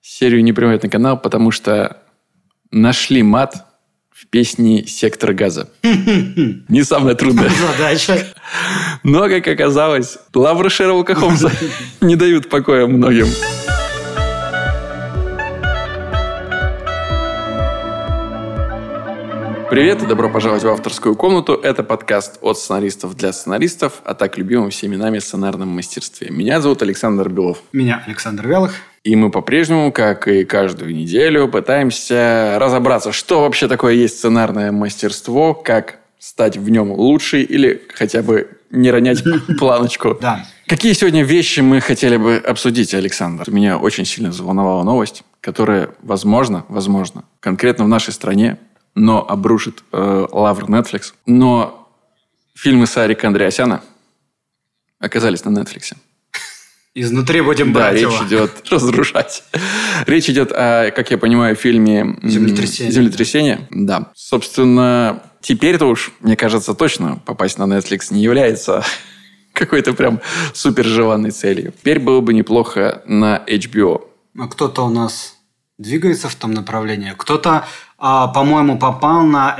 серию не принимают на канал, потому что нашли мат в песне «Сектор газа». Не самая трудная задача. Но, как оказалось, лавры Шерлока Холмса не дают покоя многим. Привет и добро пожаловать в авторскую комнату. Это подкаст от сценаристов для сценаристов, а так любимым всеми нами сценарном мастерстве. Меня зовут Александр Белов. Меня Александр Вялых. И мы по-прежнему, как и каждую неделю, пытаемся разобраться, что вообще такое есть сценарное мастерство, как стать в нем лучше или хотя бы не ронять планочку. Да. Какие сегодня вещи мы хотели бы обсудить, Александр? Меня очень сильно заволновала новость, которая, возможно, конкретно в нашей стране, но обрушит лавр Netflix. Но фильмы Сарика Андреасяна оказались на Netflix. Изнутри будем брать его. Да, речь идет разрушать. Речь идет о, как я понимаю, фильме «Землетрясение». Да. Собственно, теперь-то уж, мне кажется, точно попасть на Netflix не является какой-то прям супер желанной целью. Теперь было бы неплохо на HBO. А кто-то у нас двигается в том направлении. Кто-то, по-моему, попал на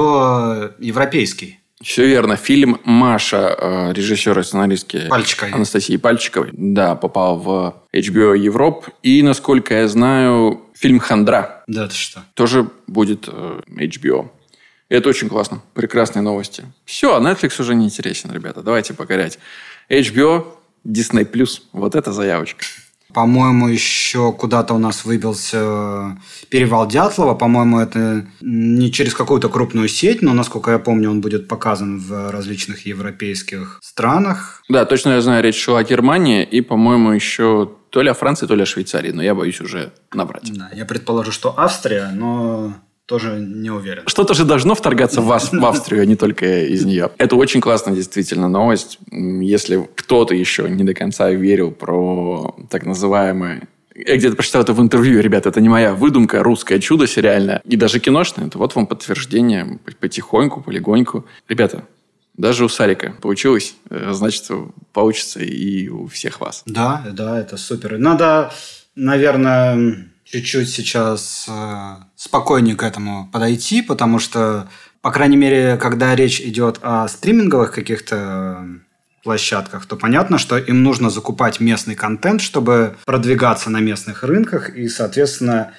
HBO европейский. Все верно. Фильм «Маша» режиссера и сценаристки Анастасии Пальчиковой, да, попал в HBO Europe. И, насколько я знаю, фильм «Хандра». Да, ты что? Тоже будет HBO. И это очень классно. Прекрасные новости. Все, Netflix уже не интересен, ребята. Давайте покорять. HBO, Disney+. Вот это заявочка. По-моему, еще куда-то у нас выбился «Перевал Дятлова». По-моему, это не через какую-то крупную сеть, но, насколько я помню, он будет показан в различных европейских странах. Да, точно я знаю, речь шла о Германии и, по-моему, еще то ли о Франции, то ли о Швейцарии. Но я боюсь уже набрать. Да, я предположу, что Австрия, но тоже не уверен. Что-то же должно вторгаться в Австрию, а не только из нее. Это очень классная действительно новость. Если кто-то еще не до конца верил про так называемое... Я где-то прочитал это в интервью. Ребята, это не моя выдумка, русское чудо сериальное. И даже киношное. Это вот вам подтверждение. Потихоньку, полегоньку. Ребята, даже у Сарика получилось. Значит, получится и у всех вас. Да, это супер. Надо, наверное, чуть-чуть сейчас спокойнее к этому подойти, потому что, по крайней мере, когда речь идет о стриминговых каких-то площадках, то понятно, что им нужно закупать местный контент, чтобы продвигаться на местных рынках, и, соответственно,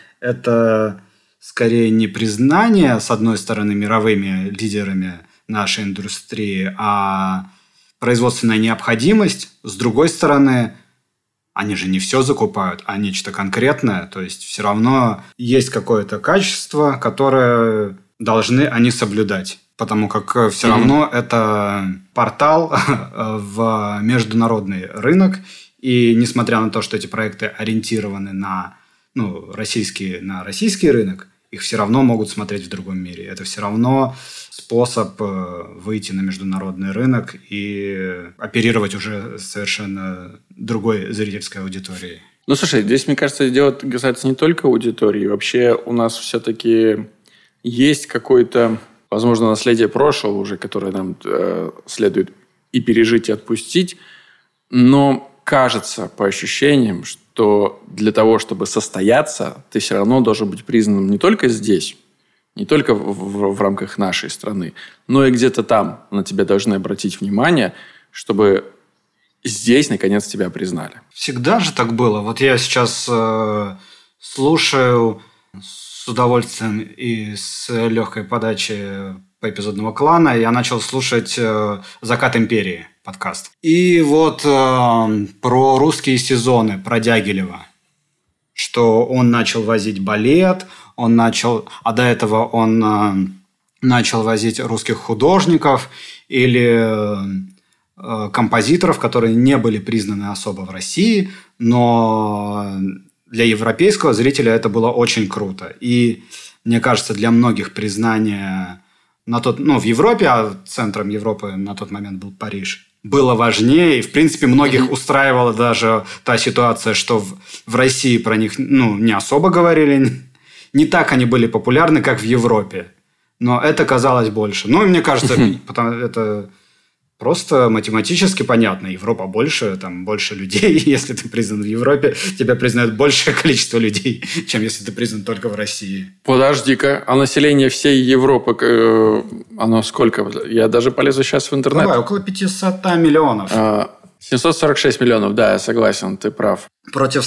это скорее не признание, с одной стороны, мировыми лидерами нашей индустрии, а производственная необходимость, с другой стороны, они же не все закупают, а нечто конкретное. То есть, все равно есть какое-то качество, которое должны они соблюдать. Потому как все равно это портал в международный рынок. И несмотря на то, что эти проекты ориентированы на российский рынок, их все равно могут смотреть в другом мире. Это все равно способ выйти на международный рынок и оперировать уже совершенно другой зрительской аудиторией. Ну, слушай, здесь, мне кажется, дело касается не только аудитории. Вообще у нас все-таки есть какое-то, возможно, наследие прошлого уже, которое нам следует и пережить, и отпустить. Но кажется, по ощущениям, что для того, чтобы состояться, ты все равно должен быть признанным не только здесь, не только в рамках нашей страны, но и где-то там на тебя должны обратить внимание, чтобы здесь, наконец, тебя признали. Всегда же так было. Вот я сейчас слушаю с удовольствием и с легкой подачи поэпизодного клана. Я начал слушать «Закат империи» подкаст. И вот про русские сезоны, про Дягилева, что он начал возить балет, а до этого он начал возить русских художников или композиторов, которые не были признаны особо в России, но для европейского зрителя это было очень круто. И мне кажется, для многих признание в Европе, а центром Европы на тот момент был Париж, было важнее. И, в принципе, многих устраивала даже та ситуация, что в России про них не особо говорили. Не так они были популярны, как в Европе. Но это казалось больше. И мне кажется, это Просто математически понятно. Европа больше, там больше людей. Если ты признан в Европе, тебя признает большее количество людей, чем если ты признан только в России. Подожди-ка, а население всей Европы, оно сколько? Я даже полезу сейчас в интернет. Давай, около 500 миллионов. 746 миллионов, да, я согласен, ты прав. Против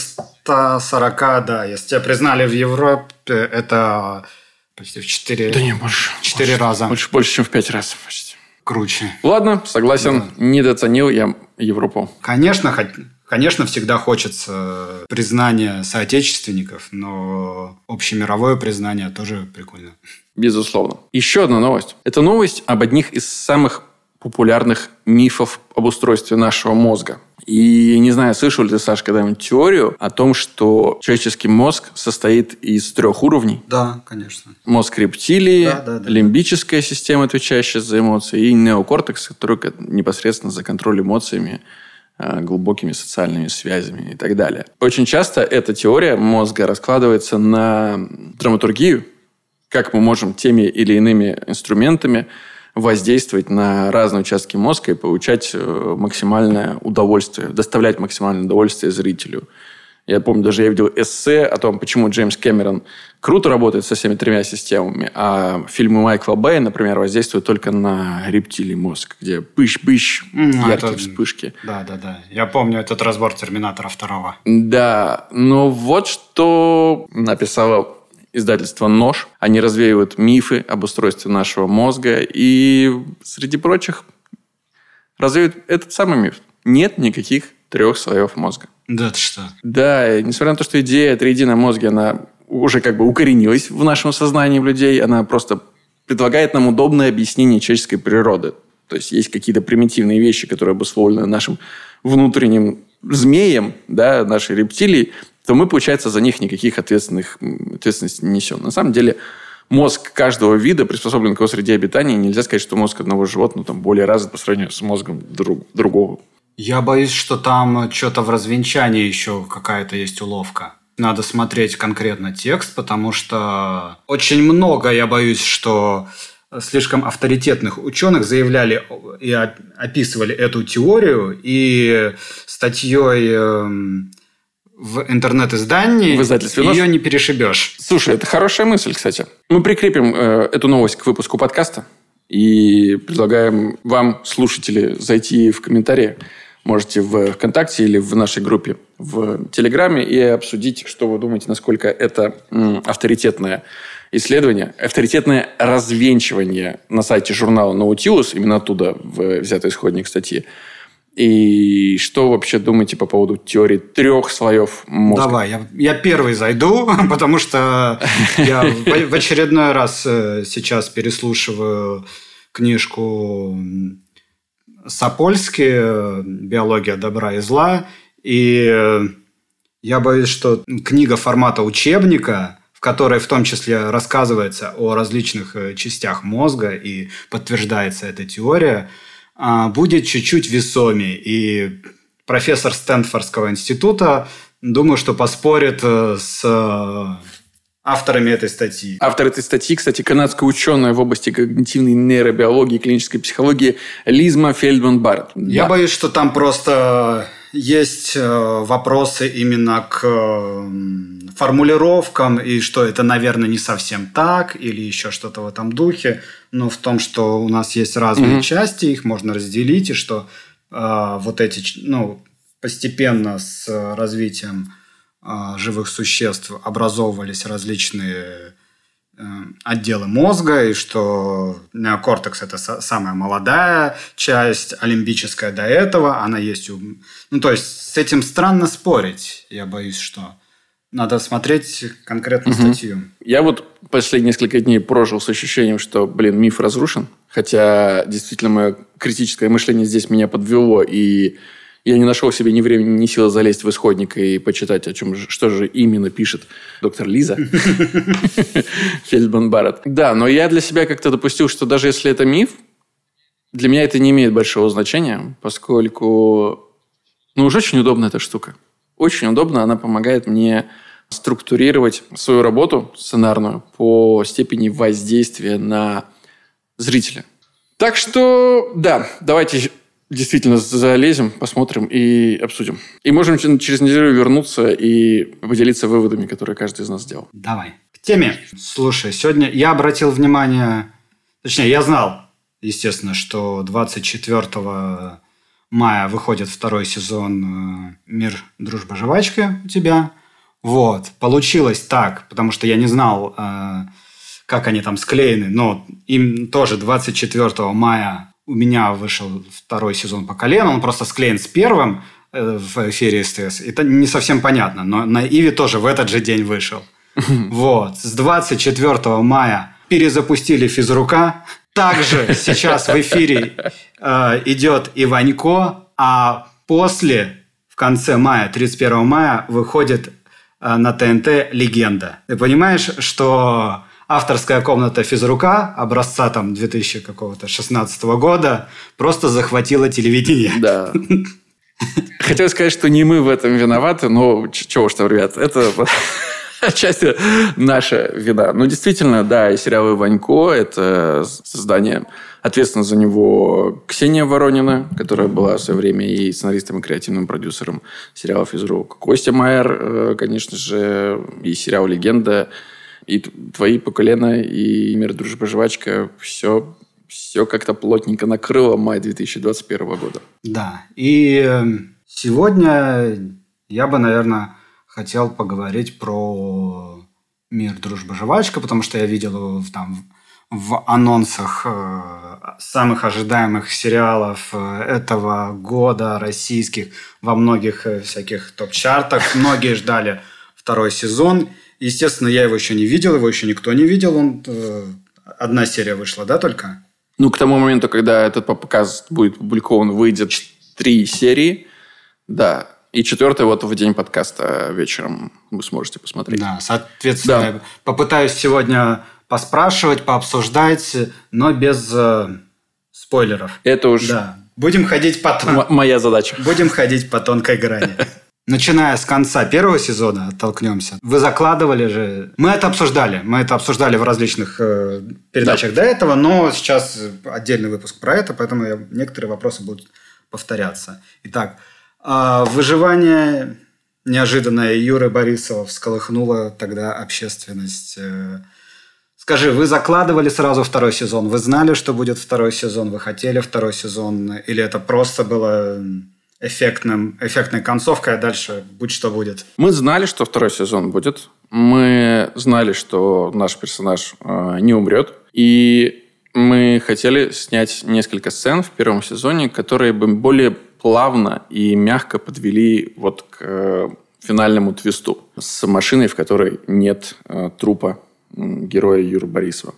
140, да. Если тебя признали в Европе, это почти в 4, да не, больше, 4 раза. Больше, чем в 5 раз почти. Круче. Ладно, согласен, да. Недооценил я Европу. Конечно, всегда хочется признания соотечественников, но общемировое признание тоже прикольно. Безусловно. Еще одна новость. Это новость об одних из самых популярных мифов об устройстве нашего мозга. И не знаю, слышал ли ты, Саш, когда-нибудь теорию о том, что человеческий мозг состоит из 3 уровней? Да, конечно. Мозг рептилии, лимбическая система, отвечающая за эмоции, и неокортекс, который непосредственно за контроль эмоциями, глубокими социальными связями и так далее. Очень часто эта теория мозга раскладывается на драматургию, как мы можем теми или иными инструментами воздействовать на разные участки мозга и получать максимальное удовольствие, доставлять максимальное удовольствие зрителю. Я помню, даже я видел эссе о том, почему Джеймс Кэмерон круто работает со всеми 3 системами, а фильмы Майкла Бэя, например, воздействуют только на рептилий мозг, где пыщ-пыщ, яркие вспышки. Да. Я помню этот разбор «Терминатора 2». Да, но вот что написала издательство «Нож». Они развеивают мифы об устройстве нашего мозга и, среди прочих, развеивают этот самый миф. Нет никаких 3 слоев мозга. Да ты что? Да, несмотря на то, что идея о триедином мозге, она уже как бы укоренилась в нашем сознании людей, она просто предлагает нам удобное объяснение человеческой природы. То есть, есть какие-то примитивные вещи, которые обусловлены нашим внутренним змеем, да, нашей рептилии, то мы, получается, за них никаких ответственности не несем. На самом деле, мозг каждого вида приспособлен к его среде обитания. Нельзя сказать, что мозг одного животного там более развит по сравнению с мозгом другого. Я боюсь, что там что-то в развенчании еще какая-то есть уловка. Надо смотреть конкретно текст, потому что очень много, я боюсь, что слишком авторитетных ученых заявляли и описывали эту теорию, и статьей в интернет-издании ее не перешибешь. Слушай, это хорошая мысль, кстати. Мы прикрепим эту новость к выпуску подкаста и предлагаем вам, слушатели, зайти в комментарии. Можете в ВКонтакте или в нашей группе в Телеграме и обсудить, что вы думаете, насколько это авторитетное исследование, авторитетное развенчивание на сайте журнала Nautilus, именно оттуда взятый исходник статьи. И что вообще думаете по поводу теории 3 слоев мозга? Давай, я первый зайду, потому что я в очередной раз сейчас переслушиваю книжку Сапольски «Биология добра и зла». И я боюсь, что книга формата учебника, в которой в том числе рассказывается о различных частях мозга и подтверждается эта теория, будет чуть-чуть весомее. И профессор Стэнфордского института, думаю, что поспорит с авторами этой статьи. Автор этой статьи, кстати, канадская ученая в области когнитивной нейробиологии и клинической психологии Лизма Фельдман-Барретт. Я боюсь, что там просто есть вопросы именно к формулировкам, и что это, наверное, не совсем так, или еще что-то в этом духе. Но в том, что у нас есть разные части, их можно разделить, и что вот эти, постепенно с развитием живых существ образовывались различные отделы мозга, и что неокортекс – это самая молодая часть, а лимбическая до этого, она есть у... то есть, с этим странно спорить. Я боюсь, что надо смотреть конкретно статью. Я вот последние несколько дней прожил с ощущением, что, миф разрушен. Хотя, действительно, мое критическое мышление здесь меня подвело, и я не нашел себе ни времени, ни силы залезть в исходник и почитать, что же именно пишет доктор Лиза Фельдман-Барретт. Да, но я для себя как-то допустил, что даже если это миф, для меня это не имеет большого значения, поскольку уж очень удобна эта штука. Очень удобно, она помогает мне структурировать свою работу сценарную по степени воздействия на зрителя. Так что, да, давайте действительно залезем, посмотрим и обсудим. И можем через неделю вернуться и поделиться выводами, которые каждый из нас сделал. Давай. К теме. Слушай, сегодня я обратил внимание... Точнее, я знал, естественно, что 24 мая выходит второй сезон «Мир, дружба, жвачка» у тебя. Вот. Получилось так, потому что я не знал, как они там склеены, но им тоже 24 мая у меня вышел второй сезон по колено. Он просто склеен с первым в эфире СТС. Это не совсем понятно, но на Иви тоже в этот же день вышел. Вот. С 24 мая перезапустили «Физрука». Также сейчас в эфире идет «Иванько», а после, в конце мая, 31 мая, выходит на ТНТ «Легенда». Ты понимаешь, что авторская комната «Физрука» образца там 2016 года просто захватила телевидение? Да. Хотел сказать, что не мы в этом виноваты, но чего уж там, ребят, это отчасти наша вина. Ну, действительно, да, и сериал «Иванько» – это создание, ответственно за него Ксения Воронина, которая была в свое время и сценаристом, и креативным продюсером сериала «Физрук». Костя Майер, конечно же, и сериал «Легенда», и твои по колено, и «Мир, дружба, жвачка» – все как-то плотненько накрыло май 2021 года. Да, и сегодня я бы, наверное, хотел поговорить про «Мир, дружба, жвачка», потому что я видел его там в анонсах самых ожидаемых сериалов этого года российских во многих всяких топ-чартах. Многие ждали второй сезон. Естественно, я его еще не видел, его еще никто не видел. Одна серия вышла, да, только? Ну, к тому моменту, когда этот показ будет опубликован, выйдет 3 серии. Да. И 4-й вот в день подкаста вечером вы сможете посмотреть. Да, соответственно, попытаюсь сегодня поспрашивать, пообсуждать, но без спойлеров. Это уж... Да. Будем ходить по... Моя задача. Будем ходить по тонкой грани. Начиная с конца первого сезона, оттолкнемся. Вы закладывали же... Мы это обсуждали в различных передачах до этого, но сейчас отдельный выпуск про это, поэтому некоторые вопросы будут повторяться. Итак, выживание неожиданное Юры Борисова всколыхнуло тогда общественность. Скажи, вы закладывали сразу второй сезон? Вы знали, что будет второй сезон? Вы хотели второй сезон? Или это просто было эффектной концовкой, а дальше будь что будет? Мы знали, что второй сезон будет. Мы знали, что наш персонаж не умрет. И мы хотели снять несколько сцен в первом сезоне, которые бы более плавно и мягко подвели вот к финальному твисту с машиной, в которой нет трупа героя Юры Борисова.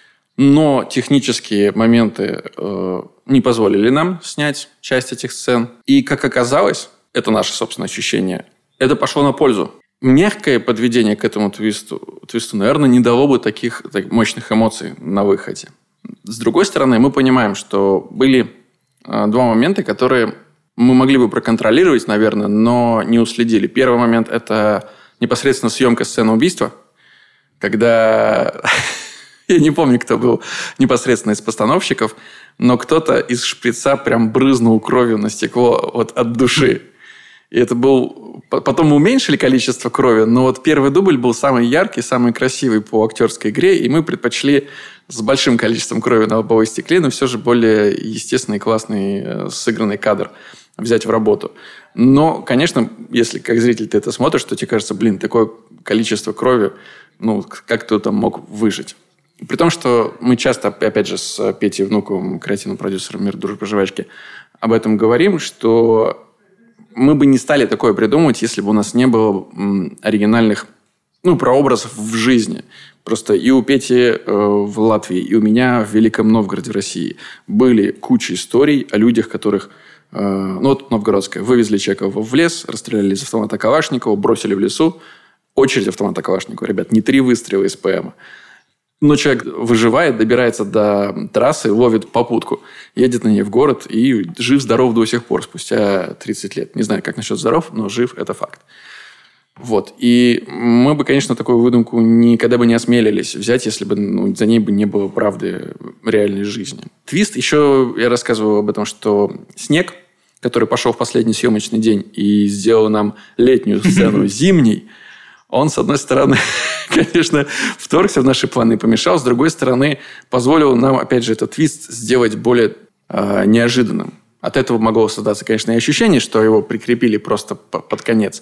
Но технические моменты не позволили нам снять часть этих сцен. И, как оказалось, это наше собственное ощущение, это пошло на пользу. Мягкое подведение к этому твисту, наверное, не дало бы таких мощных эмоций на выходе. С другой стороны, мы понимаем, что были 2 момента, которые мы могли бы проконтролировать, наверное, но не уследили. Первый момент – это непосредственно съемка сцены убийства, когда... Я не помню, кто был непосредственно из постановщиков, но кто-то из шприца прям брызнул кровью на стекло вот от души. И это был... Потом мы уменьшили количество крови, но вот первый дубль был самый яркий, самый красивый по актерской игре, и мы предпочли с большим количеством крови на лобовой стекле, но все же более естественный, классный, сыгранный кадр взять в работу. Но, конечно, если как зритель ты это смотришь, то тебе кажется, такое количество крови, как кто там мог выжить? При том, что мы часто, опять же, с Петей Внуковым, креативным продюсером «Мир, дружба, жвачки», об этом говорим, что мы бы не стали такое придумывать, если бы у нас не было оригинальных прообразов в жизни. Просто и у Пети в Латвии, и у меня в Великом Новгороде, России, были куча историй о людях, которых... Новгородская. Вывезли Чекова в лес, расстреляли из автомата Калашникова, бросили в лесу. Очередь автомата Калашникова, ребят, не 3 выстрела из ПМа. Но человек выживает, добирается до трассы, ловит попутку, едет на ней в город и жив-здоров до сих пор, спустя 30 лет. Не знаю, как насчет здоров, но жив – это факт. Вот. И мы бы, конечно, такую выдумку никогда бы не осмелились взять, если бы за ней бы не было правды реальной жизни. Твист, еще я рассказывал об этом, что Снег, который пошел в последний съемочный день и сделал нам летнюю сцену зимней, он, с одной стороны, конечно, вторгся в наши планы и помешал, с другой стороны, позволил нам, опять же, этот твист сделать более неожиданным. От этого могло создаться, конечно, и ощущение, что его прикрепили просто под конец.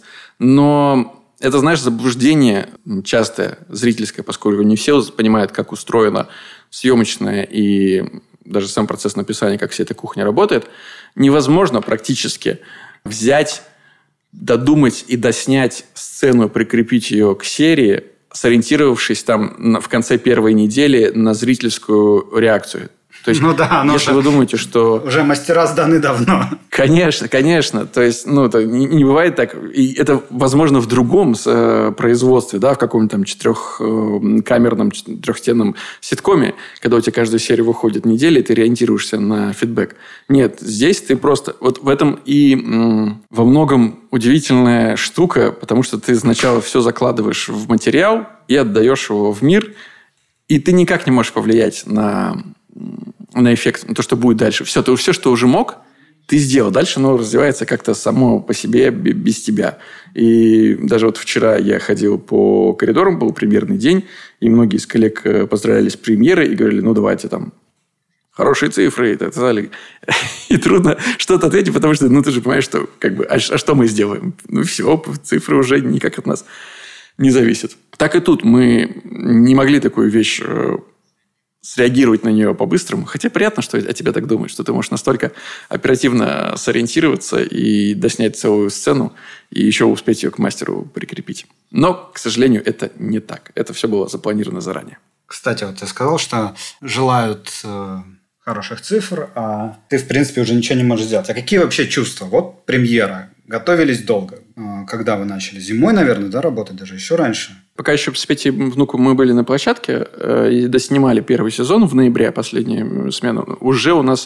Но это, знаешь, заблуждение частое, зрительское, поскольку не все понимают, как устроена съемочная и даже сам процесс написания, как вся эта кухня работает. Невозможно практически взять, додумать и доснять сцену, прикрепить ее к серии, сориентировавшись там в конце первой недели на зрительскую реакцию. То есть, если вы думаете, что... Уже мастера сданы давно. Конечно, конечно. То есть, это не бывает так. И это возможно в другом производстве, да, в каком-нибудь там 4-камерном, 3-стенном ситкоме, когда у тебя каждая серия выходит неделя, и ты ориентируешься на фидбэк. Нет, здесь ты просто... Вот в этом и во многом удивительная штука, потому что ты сначала все закладываешь в материал и отдаешь его в мир, и ты никак не можешь повлиять на эффект, на то, что будет дальше. Все, что уже мог, ты сделал. Дальше оно развивается как-то само по себе, без тебя. И даже вот вчера я ходил по коридорам, был премьерный день, и многие из коллег поздравляли с премьерой и говорили, давайте там хорошие цифры и так далее. И трудно что-то ответить, потому что, ты же понимаешь, что а что мы сделаем? Все, цифры уже никак от нас не зависят. Так и тут мы не могли такую вещь среагировать на нее по-быстрому. Хотя приятно, что о тебе так думают, что ты можешь настолько оперативно сориентироваться и доснять целую сцену, и еще успеть ее к мастеру прикрепить. Но, к сожалению, это не так. Это все было запланировано заранее. Кстати, вот ты сказал, что желают хороших цифр, а ты, в принципе, уже ничего не можешь сделать. А какие вообще чувства? Вот премьера. Готовились долго. Когда вы начали? Зимой, наверное, да, работать? Даже еще раньше? Пока еще с Петей Внуком мы были на площадке и доснимали первый сезон в ноябре, последнюю смену. Уже у нас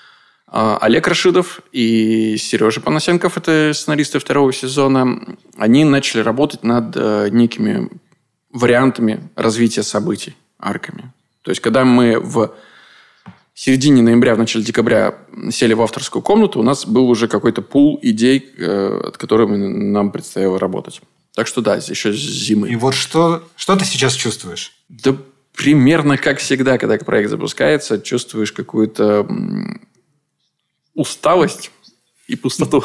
Олег Рашидов и Сережа Панасенков, это сценаристы второго сезона, они начали работать над некими вариантами развития событий, арками. То есть, когда мы в середине ноября, в начале декабря сели в авторскую комнату, у нас был уже какой-то пул идей, от которых нам предстояло работать. Так что да, еще с зимы. И вот что ты сейчас чувствуешь? Да примерно как всегда, когда проект запускается, чувствуешь какую-то усталость и пустоту.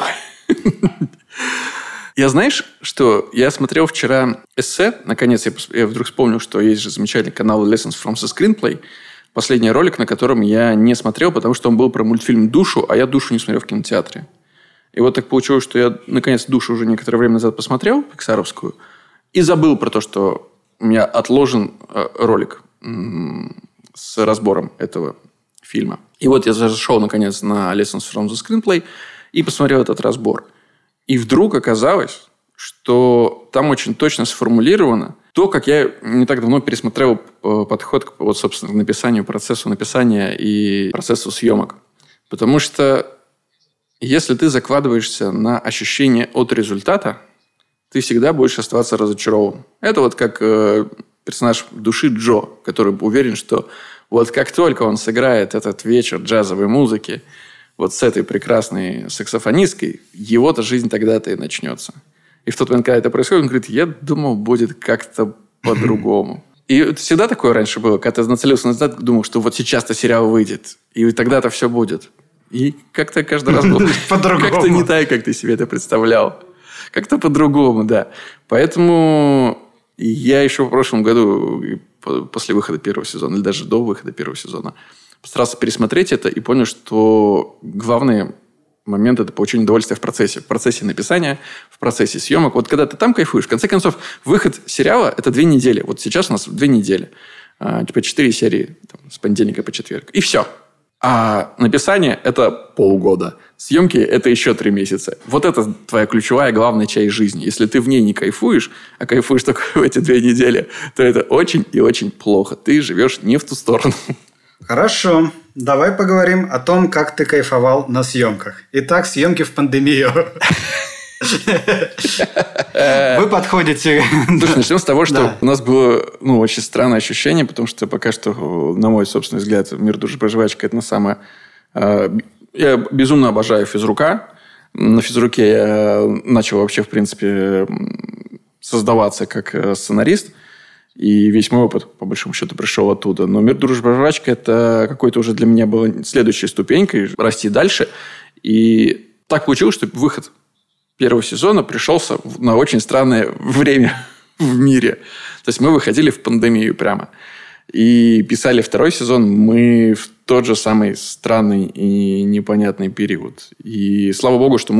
Я, знаешь, что я смотрел вчера эссе, наконец я вдруг вспомнил, что есть же замечательный канал Lessons from the Screenplay, последний ролик, на котором я не смотрел, потому что он был про мультфильм «Душу», а я «Душу» не смотрел в кинотеатре. И вот так получилось, что я, наконец, «Душу» уже некоторое время назад посмотрел, пиксаровскую, и забыл про то, что у меня отложен ролик с разбором этого фильма. И вот я зашел, наконец, на Lessons from the Screenplay и посмотрел этот разбор. И вдруг оказалось, что там очень точно сформулировано то, как я не так давно пересмотрел подход к, собственно, написанию, процессу написания и процессу съемок. Потому что если ты закладываешься на ощущение от результата, ты всегда будешь оставаться разочарован. Это вот как персонаж души Джо, который уверен, что вот как только он сыграет этот вечер джазовой музыки вот с этой прекрасной саксофонисткой, его-то жизнь тогда-то и начнется. И в тот момент, когда это происходит, он говорит, я думал, будет как-то по-другому. И это всегда такое раньше было, когда ты нацелился назад, думал, что вот сейчас-то сериал выйдет, и тогда-то все будет. И как-то каждый раз было как-то не так, как ты себе это представлял. Как-то по-другому, да. Поэтому я еще в прошлом году, после выхода первого сезона, или даже до выхода первого сезона, постарался пересмотреть это и понял, что главный момент – это получение удовольствия в процессе написания, в процессе съемок. Вот когда ты там кайфуешь, в конце концов, выход сериала – это 2 недели. Вот сейчас у нас 2 недели. 4 серии с понедельника по четверг. И все. А написание – это полгода. Съемки – это еще 3 месяца. Вот это твоя ключевая, главная часть жизни. Если ты в ней не кайфуешь, а кайфуешь только в эти 2 недели, то это очень и очень плохо. Ты живешь не в ту сторону. Хорошо. Давай поговорим о том, как ты кайфовал на съемках. Итак, съемки в пандемию. Вы подходите... Слушай, начнем с того, что у нас было очень странное ощущение, потому что пока что, на мой собственный взгляд, «Мир, дружба, жвачка» – это самое... Я безумно обожаю физрука. На физруке я начал вообще, в принципе, создаваться как сценарист. И весь мой опыт, по большому счету, пришел оттуда. Но «Мир, дружба, жвачка» – это какой-то уже для меня было следующей ступенькой, расти дальше. И так получилось, что выход первого сезона пришелся на очень странное время в мире. То есть мы выходили в пандемию прямо. И писали второй сезон мы в тот же самый странный и непонятный период. И слава богу, что мы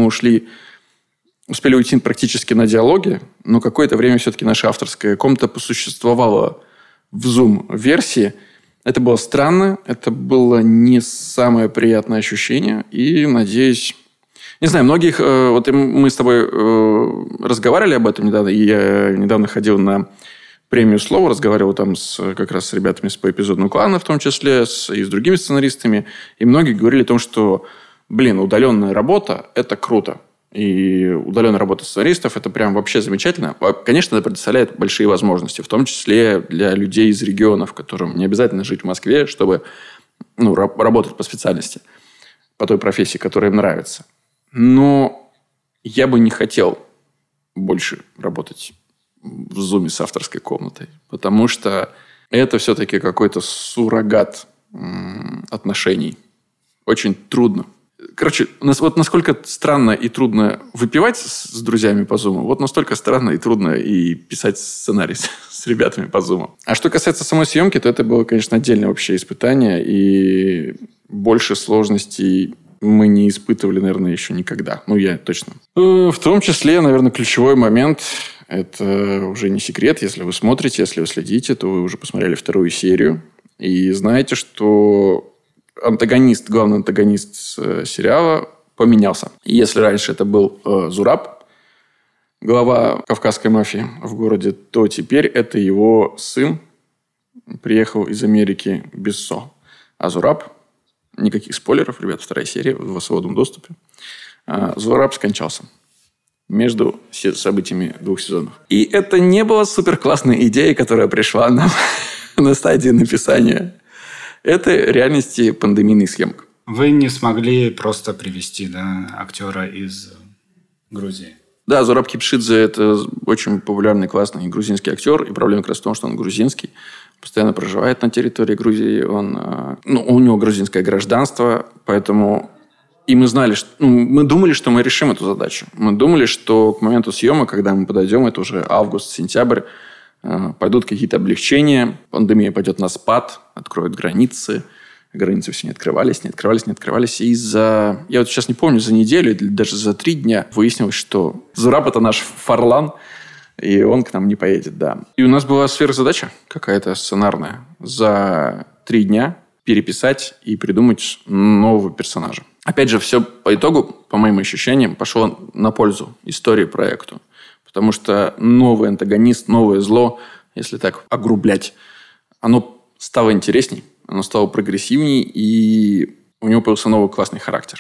успели уйти практически на диалоги, но какое-то время все-таки наша авторская комната посуществовала в Zoom-версии. Это было странно, это было не самое приятное ощущение. И, надеюсь... Не знаю, многих... Вот мы с тобой разговаривали об этом недавно, и я недавно ходил на премию «Слово», разговаривал там как раз с ребятами с «Поэпизодного клана», в том числе, и с другими сценаристами. И многие говорили о том, что, удаленная работа – это круто. И удаленная работа сценаристов – это прям вообще замечательно. Конечно, это предоставляет большие возможности, в том числе для людей из регионов, которым не обязательно жить в Москве, чтобы работать по специальности, по той профессии, которая им нравится. Но я бы не хотел больше работать в Zoom с авторской комнатой, потому что это все-таки какой-то суррогат отношений. Очень трудно. Короче, вот насколько странно и трудно выпивать с друзьями по Zoom, вот настолько странно и трудно и писать сценарий с ребятами по Zoom. А что касается самой съемки, то это было, конечно, отдельное вообще испытание, и больше сложностей мы не испытывали, наверное, еще никогда. Я точно. В том числе, наверное, ключевой момент, это уже не секрет, если вы смотрите, если вы следите, то вы уже посмотрели вторую серию. И знаете, что главный антагонист сериала поменялся. И если раньше это был Зураб, глава кавказской мафии в городе, то теперь это его сын, приехал из Америки Бессо. А Зураб... Никаких спойлеров, ребят, вторая серия в свободном доступе. Зураб скончался между событиями 2 сезонов. И это не была суперклассная идея, которая пришла нам на стадии написания. Это реальности пандемийных съемок. Вы не смогли просто привести актера из Грузии? Да, Зураб Кипшидзе – это очень популярный, классный грузинский актер. И проблема как раз в том, что он грузинский. Постоянно проживает на территории Грузии. У него грузинское гражданство. Поэтому... И мы знали, что... мы думали, что мы решим эту задачу. Мы думали, что к моменту съемок, когда мы подойдем, это уже август-сентябрь, пойдут какие-то облегчения. Пандемия пойдет на спад, откроют границы. Границы все не открывались. И я вот сейчас не помню, за неделю или даже за 3 дня выяснилось, что Зураб – это наш Фарлан, и он к нам не поедет, да. И у нас была сверхзадача какая-то сценарная. За 3 дня переписать и придумать нового персонажа. Опять же, все по итогу, по моим ощущениям, пошло на пользу истории проекту. Потому что новый антагонист, новое зло, если так огрублять, оно стало интересней, оно стало прогрессивней, и у него появился новый классный характер.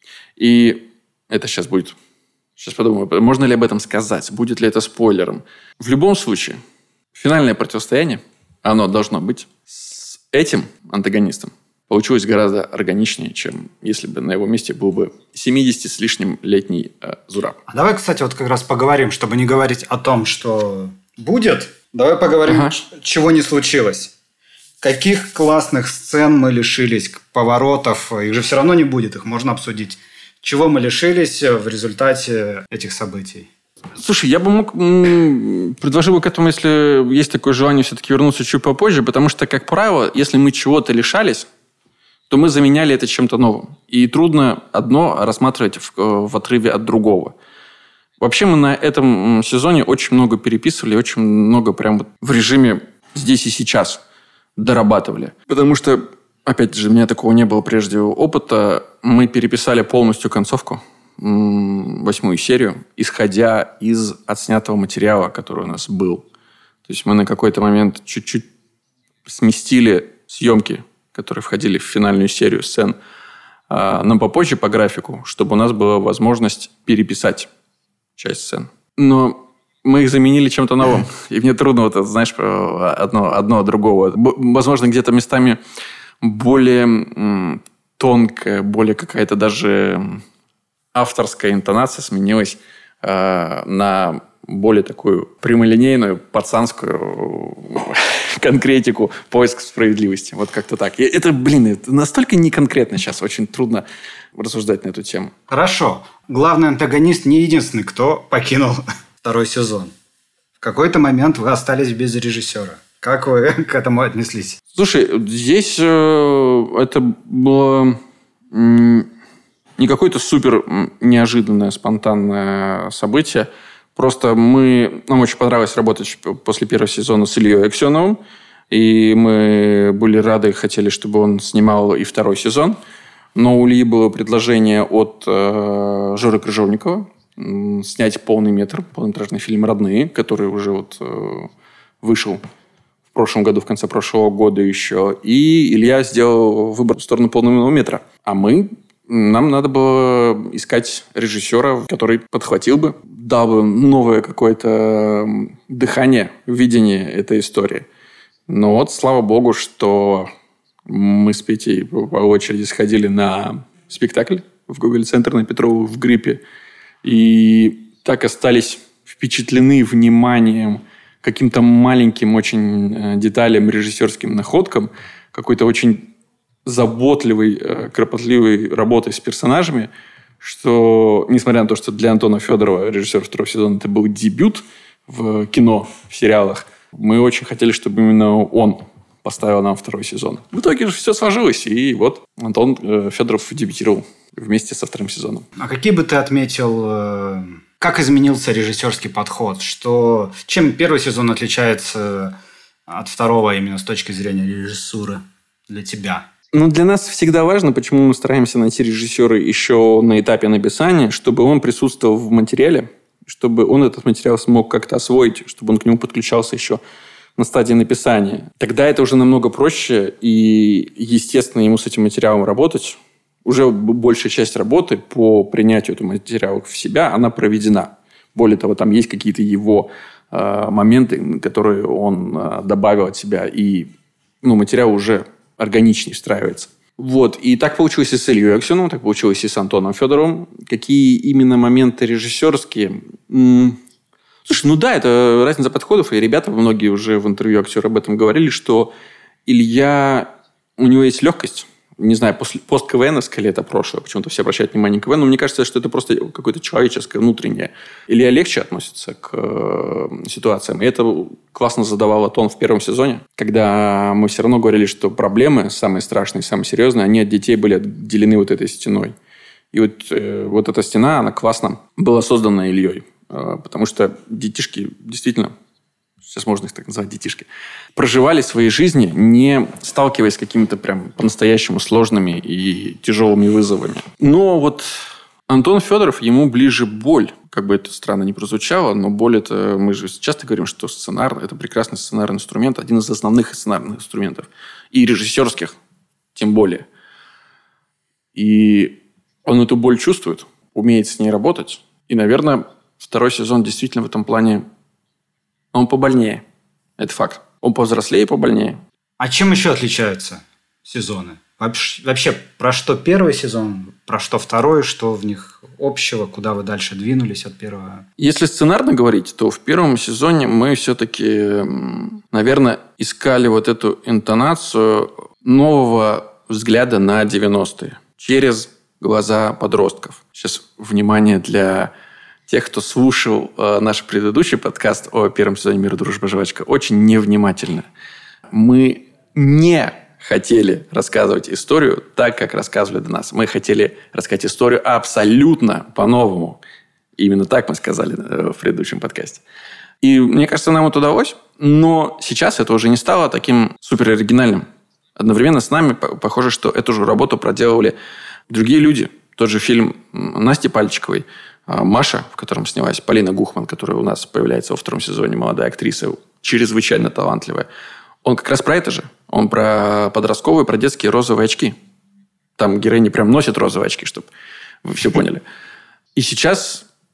И это сейчас будет... Сейчас подумаю, можно ли об этом сказать? Будет ли это спойлером? В любом случае, финальное противостояние, оно должно быть с этим антагонистом. Получилось гораздо органичнее, чем если бы на его месте был бы 70 с лишним летний Зураб. А давай, кстати, вот как раз поговорим, чтобы не говорить о том, что будет. Давай поговорим, чего не случилось. Каких классных сцен мы лишились, поворотов. Их же все равно не будет, их можно обсудить. Чего мы лишились в результате этих событий? Слушай, я бы мог... предложил бы к этому, если есть такое желание, все-таки вернуться чуть попозже, потому что, как правило, если мы чего-то лишались, то мы заменяли это чем-то новым. И трудно одно рассматривать в отрыве от другого. Вообще мы на этом сезоне очень много переписывали, очень много прям в режиме здесь и сейчас дорабатывали. Потому что, опять же, у меня такого не было прежде опыта. Мы переписали полностью концовку, 8-ю серию, исходя из отснятого материала, который у нас был. То есть мы на какой-то момент чуть-чуть сместили съемки, которые входили в финальную серию сцен, нам попозже по графику, чтобы у нас была возможность переписать часть сцен. Но мы их заменили чем-то новым. И мне трудно, вот, знаешь, одно от другого. Возможно, где-то местами более тонкая, более какая-то даже авторская интонация сменилась на более такую прямолинейную, пацанскую конкретику, поиск справедливости. Вот как-то так. Это настолько неконкретно сейчас. Очень трудно рассуждать на эту тему. Хорошо. Главный антагонист не единственный, кто покинул второй сезон. В какой-то момент вы остались без режиссера. Как вы к этому отнеслись? Слушай, здесь это было не какое-то супер неожиданное, спонтанное событие. Просто нам очень понравилось работать после первого сезона с Ильей Аксеновым. И мы были рады, хотели, чтобы он снимал и второй сезон. Но у Ильи было предложение от Жоры Крыжовникова снять полнометражный фильм «Родные», который уже вышел в прошлом году, в конце прошлого года еще. И Илья сделал выбор в сторону полного метра. А нам надо было искать режиссера, который подхватил бы, дал бы новое какое-то дыхание, видение этой истории. Но вот, слава богу, что мы с Петей по очереди сходили на спектакль в Гоголь-центр на Петрову в гриппе. И так остались впечатлены вниманием, каким-то маленьким очень деталям, режиссерским находкам, какой-то очень заботливой, кропотливой работой с персонажами, что, несмотря на то, что для Антона Федорова, режиссера второго сезона, это был дебют в кино, в сериалах, мы очень хотели, чтобы именно он поставил нам второй сезон. В итоге же все сложилось, и вот Антон Федоров дебютировал вместе со вторым сезоном. А какие бы ты отметил, как изменился режиссерский подход? Чем первый сезон отличается от второго именно с точки зрения режиссуры для тебя? Для нас всегда важно, почему мы стараемся найти режиссера еще на этапе написания, чтобы он присутствовал в материале, чтобы он этот материал смог как-то освоить, чтобы он к нему подключался еще на стадии написания. Тогда это уже намного проще, и, естественно, ему с этим материалом работать. Уже большая часть работы по принятию этого материала в себя, она проведена. Более того, там есть какие-то его моменты, которые он добавил от себя, и материал уже органичнее встраивается. И так получилось и с Ильей Аксеновым, так получилось и с Антоном Федоровым. Какие именно моменты режиссерские? Слушай, это разница подходов, и ребята, многие уже в интервью актеры об этом говорили, что Илья, у него есть легкость. Не знаю, пост-КВНовское ли это прошлое, почему-то все обращают внимание к КВН, но мне кажется, что это просто какое-то человеческое, внутреннее. Илья легче относится к ситуациям, и это классно задавало тон в первом сезоне, когда мы все равно говорили, что проблемы самые страшные, самые серьезные, они от детей были отделены этой стеной. И вот эта стена, она классно была создана Ильей, потому что детишки действительно... Сейчас можно их так назвать, детишки, проживали свои жизни, не сталкиваясь с какими-то прям по-настоящему сложными и тяжелыми вызовами. Но Антон Федоров, ему ближе боль. Как бы это странно ни прозвучало, но боль это... Мы же часто говорим, что сценар – это прекрасный сценарный инструмент, один из основных сценарных инструментов. И режиссерских, тем более. И он эту боль чувствует, умеет с ней работать. И, наверное, второй сезон действительно в этом плане он побольнее. Это факт. Он повзрослее и побольнее. А чем еще отличаются сезоны? Вообще, про что первый сезон, про что второй, что в них общего, куда вы дальше двинулись от первого? Если сценарно говорить, то в первом сезоне мы все-таки, наверное, искали эту интонацию нового взгляда на 90-е через глаза подростков. Сейчас внимание для... тех, кто слушал наш предыдущий подкаст о первом сезоне «Мир, дружба, жвачка», очень невнимательно. Мы не хотели рассказывать историю так, как рассказывали до нас. Мы хотели рассказать историю абсолютно по-новому. Именно так мы сказали в предыдущем подкасте. И мне кажется, нам это удалось. Но сейчас это уже не стало таким супероригинальным. Одновременно с нами похоже, что эту же работу проделывали другие люди. Тот же фильм Насти Пальчиковой «Маша», в котором снялась Полина Гухман, которая у нас появляется во втором сезоне, молодая актриса, чрезвычайно талантливая. Он как раз про это же. Он про подростковые, про детские розовые очки. Там героини прям носят розовые очки, чтобы вы все поняли. И сейчас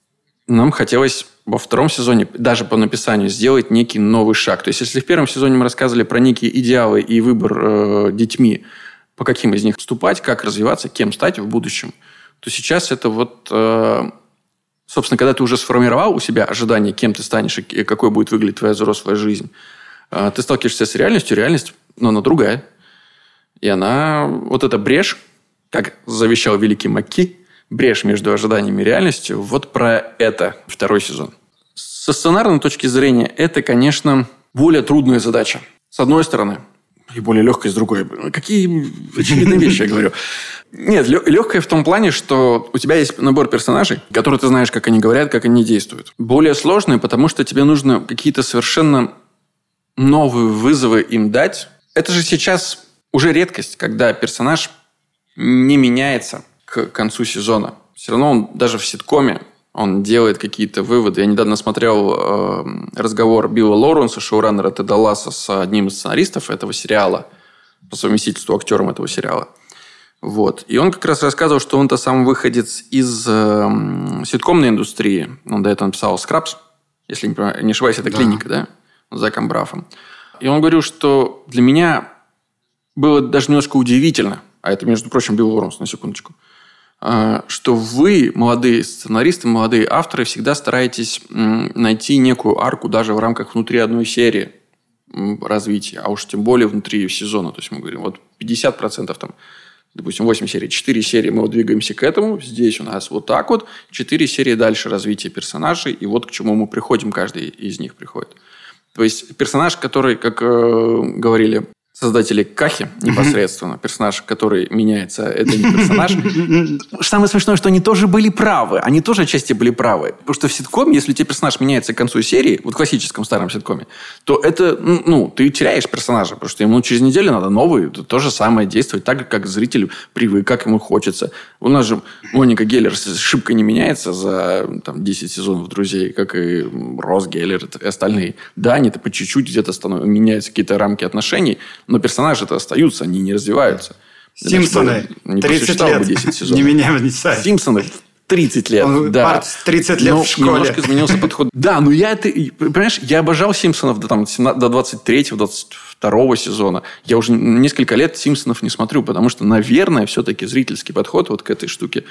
нам хотелось во втором сезоне, даже по написанию, сделать некий новый шаг. То есть, если в первом сезоне мы рассказывали про некие идеалы и выбор детьми, по каким из них вступать, как развиваться, кем стать в будущем, то сейчас это вот... собственно, когда ты уже сформировал у себя ожидание, кем ты станешь и какой будет выглядеть твоя взрослая жизнь, ты сталкиваешься с реальностью, реальность, но она другая. И она... Вот эта брешь, как завещал великий Макки, брешь между ожиданиями и реальностью, вот про это второй сезон. Со сценарной точки зрения, это, конечно, более трудная задача. С одной стороны, и более легкая с другой. Какие очевидные вещи я говорю. Нет, легкая в том плане, что у тебя есть набор персонажей, которые ты знаешь, как они говорят, как они действуют. Более сложные, потому что тебе нужно какие-то совершенно новые вызовы им дать. Это же сейчас уже редкость, когда персонаж не меняется к концу сезона. Все равно он даже в ситкоме он делает какие-то выводы. Я недавно смотрел разговор Билла Лоуренса, шоураннера Теда Ласса, с одним из сценаристов этого сериала, по совместительству актером этого сериала. Вот. И он как раз рассказывал, что он-то сам выходец из ситкомной индустрии. Он до этого написал «Скрабс», если не ошибаюсь, это клиника, да? С Заком Браффом. И он говорил, что для меня было даже немножко удивительно, а это, между прочим, Билл Лоуренс, на секундочку, что вы, молодые сценаристы, молодые авторы, всегда стараетесь найти некую арку даже в рамках внутри одной серии развития, а уж тем более внутри сезона. То есть, мы говорим, вот 50%, там, допустим, 8 серий, 4 серии мы вот двигаемся к этому, здесь у нас вот так вот, 4 серии дальше развития персонажей, и вот к чему мы приходим, каждый из них приходит. То есть, персонаж, который, как говорили создатели Кахи непосредственно, персонаж, который меняется, это не персонаж. Самое смешное, что они тоже были правы. Они тоже отчасти были правы. Потому что в ситкоме, если у тебя персонаж меняется к концу серии, вот в классическом старом ситкоме, то это, ты теряешь персонажа, потому что ему через неделю надо новый, то же самое действовать, так как зритель привык, как ему хочется. У нас же Моника Геллер шибко не меняется за 10 сезонов «Друзей», как и Росс Геллер и остальные. Да, они-то по чуть-чуть где-то меняются какие-то рамки отношений, но персонажи-то остаются, они не развиваются. Симпсоны. 30 лет. 10 сезонов. Не меняются. Симпсоны 30 лет. Да. 30 лет в школе. Немножко изменился подход. Да, но понимаешь, я обожал Симпсонов до 23-го, 22-го сезона. Я уже несколько лет Симпсонов не смотрю, потому что, наверное, все-таки зрительский подход вот к этой штуке,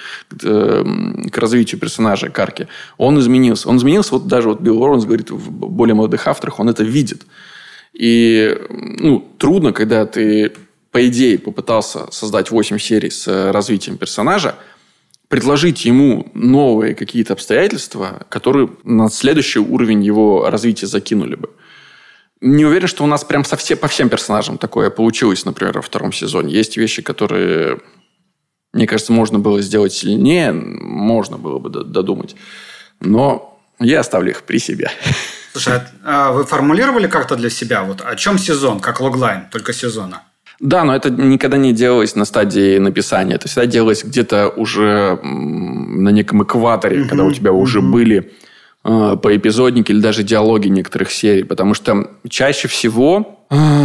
к развитию персонажа, к арке, он изменился. Он изменился, вот даже Билл Лоуренс говорит, в более молодых авторах, он это видит. И трудно, когда ты, по идее, попытался создать 8 серий с развитием персонажа, предложить ему новые какие-то обстоятельства, которые на следующий уровень его развития закинули бы. Не уверен, что у нас прям по всем персонажам такое получилось, например, во втором сезоне. Есть вещи, которые, мне кажется, можно было сделать сильнее, можно было бы додумать. Но я оставлю их при себе. Слушай, а вы формулировали как-то для себя, вот о чем сезон, как логлайн, только сезона? Да, но это никогда не делалось на стадии написания. Это всегда делалось где-то уже на неком экваторе, когда у тебя уже были поэпизодники или даже диалоги некоторых серий. Потому что чаще всего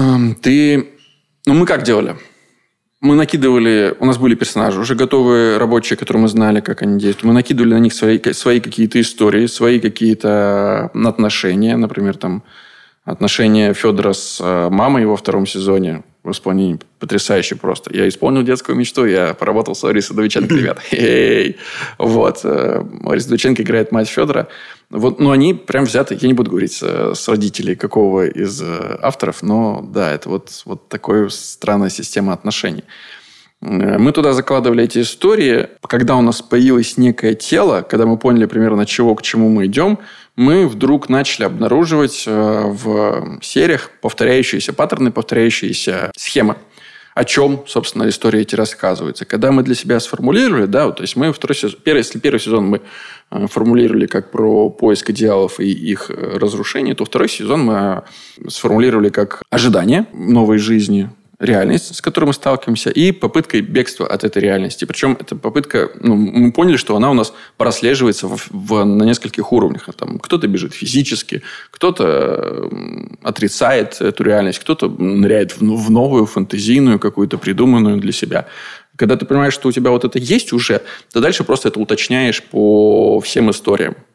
мы как делали? Мы накидывали... У нас были персонажи, уже готовые рабочие, которые мы знали, как они действуют. Мы накидывали на них свои какие-то истории, свои какие-то отношения. Например, отношения Федора с мамой во втором сезоне. В исполнении потрясающе просто. Я исполнил детскую мечту, я поработал с Ларисой Довиченко, ребят. Вот. Лариса Довиченко играет мать Федора. Вот, но они прям взяты, я не буду говорить с родителей какого из авторов, но да, это вот такая странная система отношений. Мы туда закладывали эти истории. Когда у нас появилось некое тело, когда мы поняли примерно, от чего к чему мы идем, мы вдруг начали обнаруживать в сериях повторяющиеся паттерны, повторяющиеся схемы. О чем, собственно, история эти рассказывается. Когда мы для себя сформулировали, да, то есть мы если первый сезон мы формулировали как про поиск идеалов и их разрушение, то второй сезон мы сформулировали как ожидание новой жизни, реальность, с которой мы сталкиваемся, и попыткой бегства от этой реальности. Причем эта попытка, мы поняли, что она у нас прослеживается на нескольких уровнях. Там, кто-то бежит физически, кто-то отрицает эту реальность, кто-то ныряет в новую, фантазийную, какую-то придуманную для себя. Когда ты понимаешь, что у тебя вот это есть уже, ты дальше просто это уточняешь по всем историям.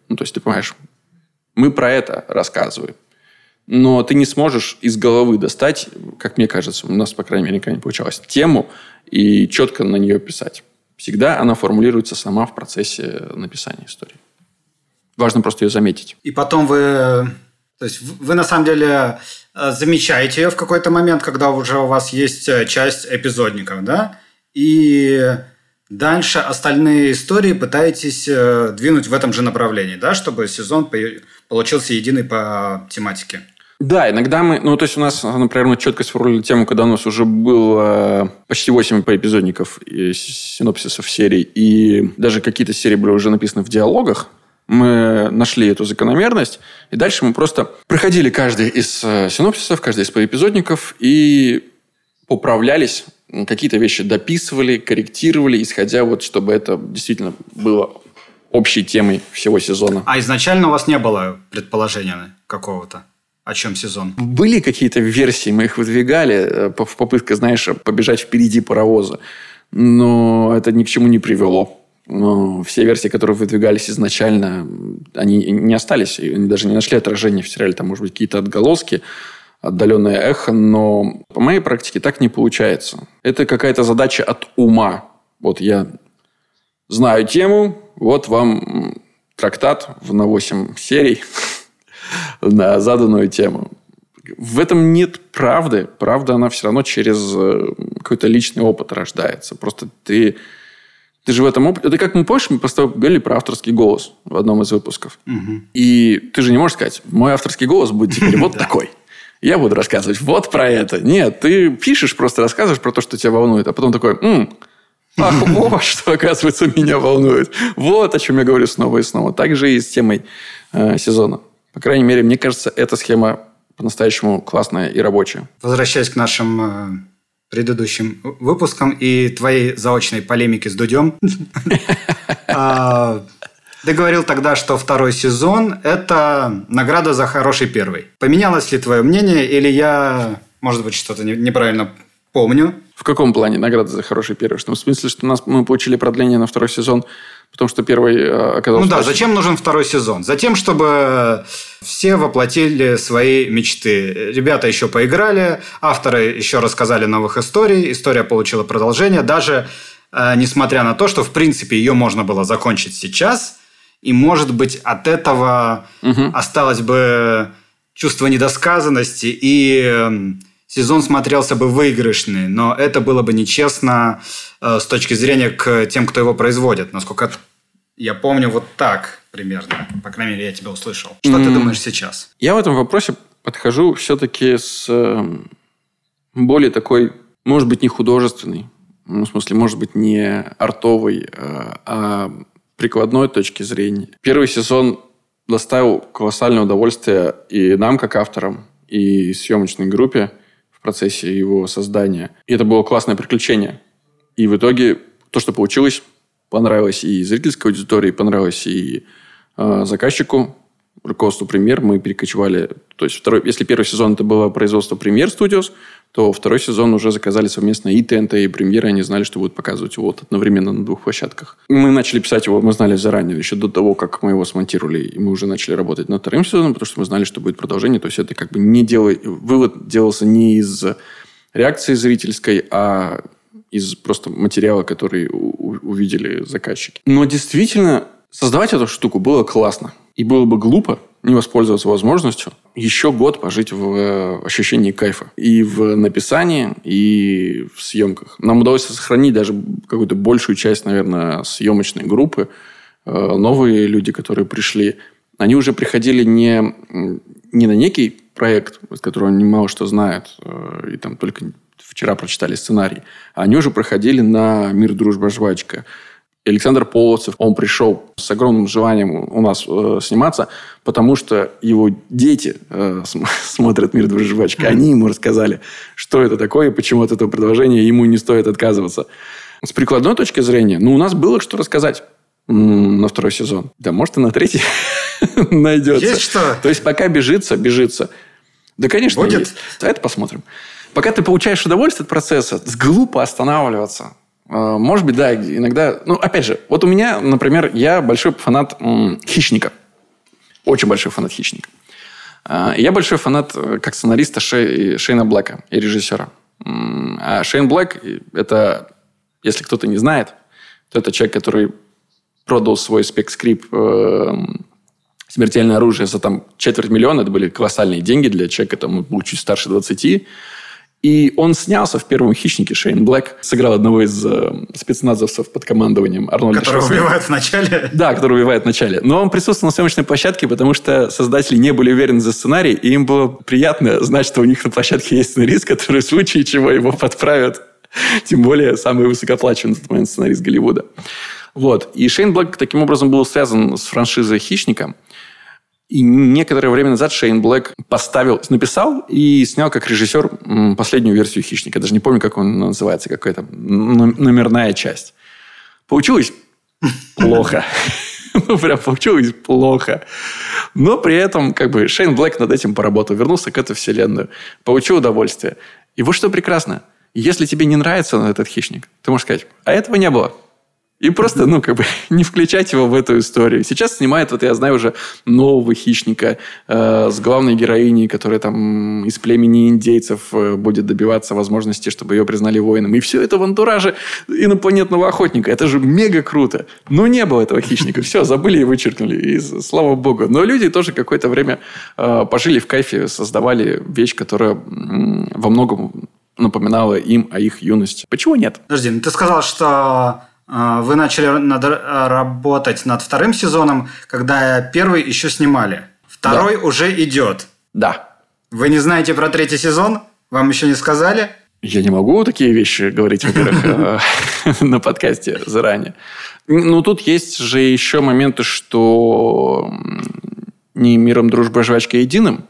Ну, то есть, ты понимаешь, мы про это рассказываем. Но ты не сможешь из головы достать, как мне кажется, у нас, по крайней мере, никогда не получалось, тему и четко на нее писать. Всегда она формулируется сама в процессе написания истории. Важно просто ее заметить. И потом вы на самом деле замечаете ее в какой-то момент, когда уже у вас есть часть эпизодников, да? И дальше остальные истории пытаетесь двинуть в этом же направлении, да? Чтобы сезон получился единый по тематике. Да, иногда мы... Ну, то есть, у нас, например, мы четко сформулировали тему, когда у нас уже было почти 8 эпизодников и синопсисов серий, и даже какие-то серии были уже написаны в диалогах. Мы нашли эту закономерность, и дальше мы просто проходили каждый из синопсисов, каждый из эпизодников и поправлялись, какие-то вещи дописывали, корректировали, исходя вот, чтобы это действительно было общей темой всего сезона. А изначально у вас не было предположения какого-то? О чем сезон? Были какие-то версии, мы их выдвигали в попытке, знаешь, побежать впереди паровоза. Но это ни к чему не привело. Но все версии, которые выдвигались изначально, они не остались. Они даже не нашли отражения в сериале. Там, может быть, какие-то отголоски, отдаленное эхо. Но по моей практике так не получается. Это какая-то задача от ума. Вот я знаю тему, вот вам трактат на 8 серий на заданную тему. В этом нет правды. Правда, она все равно через какой-то личный опыт рождается. Просто ты же в этом опыте... Это как мы, помнишь, мы просто говорили про авторский голос в одном из выпусков. Угу. И ты же не можешь сказать, мой авторский голос будет теперь вот такой. Я буду рассказывать вот про это. Нет, ты пишешь, просто рассказываешь про то, что тебя волнует. А потом такой... Ах, вот что, оказывается, меня волнует. Вот о чем я говорю снова и снова. Так же и с темой сезона. По крайней мере, мне кажется, эта схема по-настоящему классная и рабочая. Возвращаясь к нашим предыдущим выпускам и твоей заочной полемике с Дудем. Ты говорил тогда, что второй сезон – это награда за хороший первый. Поменялось ли твое мнение, или я, может быть, что-то неправильно помню? В каком плане награда за хороший первый? В смысле, что мы получили продление на второй сезон, потому что первый оказался... Ну да, зачем нужен второй сезон? Затем, чтобы все воплотили свои мечты. Ребята еще поиграли, авторы еще рассказали новых историй, история получила продолжение, даже несмотря на то, что, в принципе, ее можно было закончить сейчас, и, может быть, от этого осталось бы чувство недосказанности, и сезон смотрелся бы выигрышный, но это было бы нечестно с точки зрения к тем, кто его производит. Насколько я помню, вот так примерно. По крайней мере, я тебя услышал. Что ты думаешь сейчас? Я в этом вопросе подхожу все-таки с более такой, может быть, не художественной, в смысле, может быть, не артовой, а прикладной точки зрения. Первый сезон доставил колоссальное удовольствие и нам, как авторам, и съемочной группе в процессе его создания. И это было классное приключение. И в итоге то, что получилось, понравилось и зрительской аудитории, понравилось и заказчику, руководству Премьер. Мы перекочевали... То есть, если первый сезон это было производство Премьер Студиос, то второй сезон уже заказали совместно и ТНТ, и Премьер. Они знали, что будут показывать его одновременно на 2 площадках. Мы начали писать его, мы знали заранее, еще до того, как мы его смонтировали. И мы уже начали работать над вторым сезоном, потому что мы знали, что будет продолжение. То есть, это как бы вывод делался не из реакции зрительской, а из просто материала, который увидели заказчики. Но действительно, создавать эту штуку было классно. И было бы глупо не воспользоваться возможностью еще год пожить в ощущении кайфа. И в написании, и в съемках. Нам удалось сохранить даже какую-то большую часть, наверное, съемочной группы. Новые люди, которые пришли, они уже приходили не на некий проект, из которого они мало что знают, и там только вчера прочитали сценарий, а они уже проходили на «Мир, дружба, жвачка». Александр Половцев, он пришел с огромным желанием у нас сниматься, потому что его дети смотрят «Мир, дружба, жвачка». Они ему рассказали, что это такое и почему от этого предложения ему не стоит отказываться. С прикладной точки зрения, у нас было что рассказать на второй сезон. Да, может, и на третий найдется. Есть что? То есть, пока бежится. Да, конечно, будет. Есть. А это посмотрим. Пока ты получаешь удовольствие от процесса, глупо останавливаться. Может быть, да, иногда... опять же, вот у меня, например, я большой фанат «Хищника». очень большой фанат «Хищника». Я большой фанат как сценариста Шейна Блэка и режиссера. А Шейн Блэк, это, если кто-то не знает, то это человек, который продал свой спецскрип «Смертельное оружие» за там 250 000. Это были колоссальные деньги для человека, там, был чуть старше 20. И он снялся в первом «Хищнике». Шейн Блэк сыграл одного из спецназовцев под командованием Арнольда Шварценеггера. Который убивает в начале. Да, который убивает в начале. Но он присутствовал на съемочной площадке, потому что создатели не были уверены за сценарий, и им было приятно знать, что у них на площадке есть сценарист, который в случае чего его подправят. Тем более самый высокооплачиваемый на тот момент сценарист Голливуда. Вот. И Шейн Блэк таким образом был связан с франшизой «Хищника». И некоторое время назад Шейн Блэк написал и снял как режиссер последнюю версию «Хищника». Даже не помню, как он называется, какая-то номерная часть. Получилось плохо. Прям получилось плохо. Но при этом Шейн Блэк над этим поработал, вернулся к этой вселенной, получил удовольствие. И вот что прекрасно. Если тебе не нравится этот «Хищник», ты можешь сказать, а этого не было. И просто, не включать его в эту историю. Сейчас снимают, я знаю уже нового «Хищника» с главной героиней, которая там из племени индейцев будет добиваться возможности, чтобы ее признали воином. И все это в антураже инопланетного охотника. Это же мега круто. Но не было этого «Хищника». Все, забыли и вычеркнули. И слава богу. Но люди тоже какое-то время пожили в кайфе, создавали вещь, которая во многом напоминала им о их юности. Почему нет? Подожди, ты сказал, что... Вы начали работать над вторым сезоном, когда первый еще снимали. Второй уже идет. Да. Вы не знаете про третий сезон? Вам еще не сказали? Я не могу такие вещи говорить, во-первых, на подкасте заранее. Но тут есть же еще моменты, что не миром, дружбой, жвачкой единым.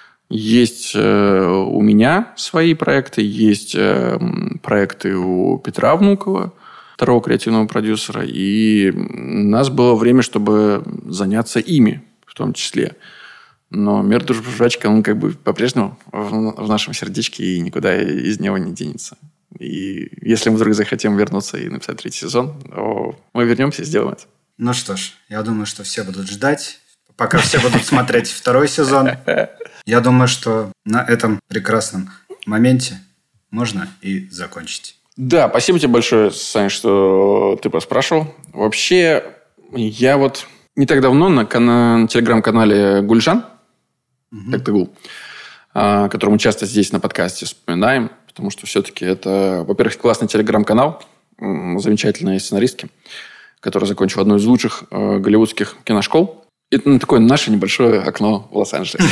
Есть у меня свои проекты, есть проекты у Петра Внукова, второго креативного продюсера. И у нас было время, чтобы заняться ими в том числе. Но «Мир, дружба, жвачка», он по-прежнему в нашем сердечке и никуда из него не денется. И если мы вдруг захотим вернуться и написать третий сезон, то мы вернемся и сделаем это. Ну что ж, я думаю, что все будут ждать, пока все будут смотреть второй сезон. Я думаю, что на этом прекрасном моменте можно и закончить. Да, спасибо тебе большое, Сань, что ты поспрашивал. Вообще, я не так давно на телеграм-канале Гульжан, Тактыгул, который мы часто здесь на подкасте вспоминаем, потому что все-таки это, во-первых, классный телеграм-канал, замечательные сценаристки, который закончил одну из лучших голливудских киношкол. Это такое наше небольшое окно в Лос-Анджелесе.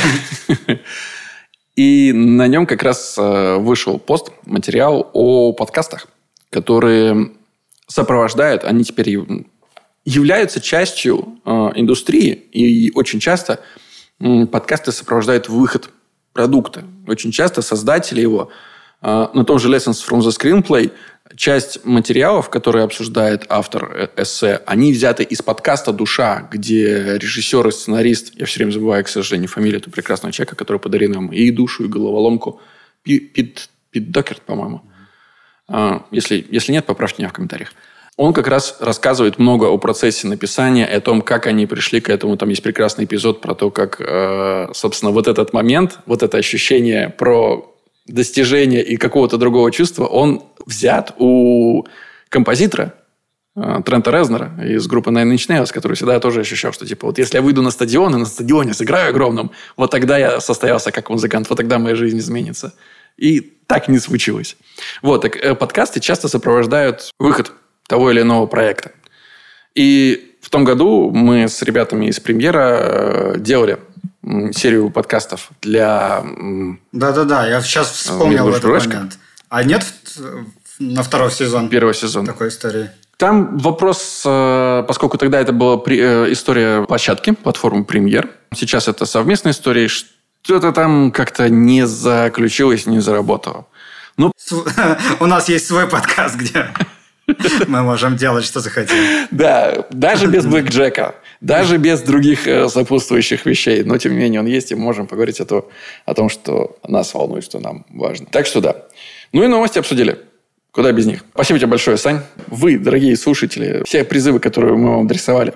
И на нем как раз вышел пост, материал о подкастах, которые сопровождают, они теперь являются частью индустрии. И очень часто подкасты сопровождают выход продукта. Очень часто создатели его на том же Lessons from the Screenplay, часть материалов, которые обсуждает автор эссе, они взяты из подкаста «Душа», где режиссер и сценарист, я все время забываю, к сожалению, фамилию этого прекрасного человека, который подарил нам и душу, и головоломку, Пит Докерт, по-моему. Если нет, поправьте меня в комментариях. Он как раз рассказывает много о процессе написания, о том, как они пришли к этому. Там есть прекрасный эпизод про то, как, собственно, вот этот момент, вот это ощущение про достижение и какого-то другого чувства, он взят у композитора Трента Резнера из группы Nine Inch Nails, который всегда тоже ощущал, что если я выйду на стадион и на стадионе сыграю огромном, вот тогда я состоялся как музыкант, вот тогда моя жизнь изменится. И так не случилось. Так подкасты часто сопровождают выход того или иного проекта. И в том году мы с ребятами из «Премьера» делали серию подкастов для... Да-да-да, я сейчас вспомнил этот момент. А нет на второй сезон? Первый сезон. Такой истории. Там вопрос, поскольку тогда это была история площадки, платформы «Премьер». Сейчас это совместная история. Что-то там как-то не заключилось, не заработало. У нас есть свой подкаст, где... Мы можем делать, что захотим. Да, даже без блэкджека, даже без других сопутствующих вещей. Но, тем не менее, он есть, и мы можем поговорить о том, что нас волнует, что нам важно. Так что да. Ну и новости обсудили. Куда без них. Спасибо тебе большое, Сань. Вы, дорогие слушатели, все призывы, которые мы вам адресовали,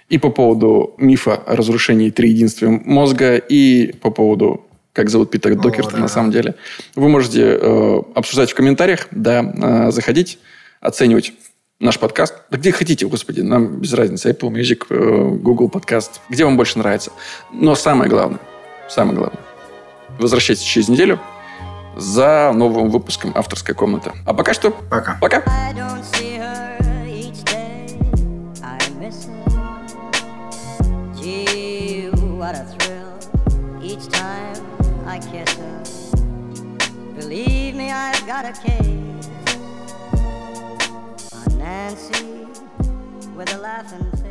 И по поводу мифа о разрушении триединствия мозга, и по поводу, как зовут Питера Докерта на самом деле. Вы можете обсуждать в комментариях, да, заходить, оценивать наш подкаст. Да где хотите, господи, нам без разницы. Apple Music, Google Podcast. Где вам больше нравится. Но самое главное, возвращайтесь через неделю за новым выпуском «Авторской комнаты». А пока что... Пока. Пока. Nancy with a laughing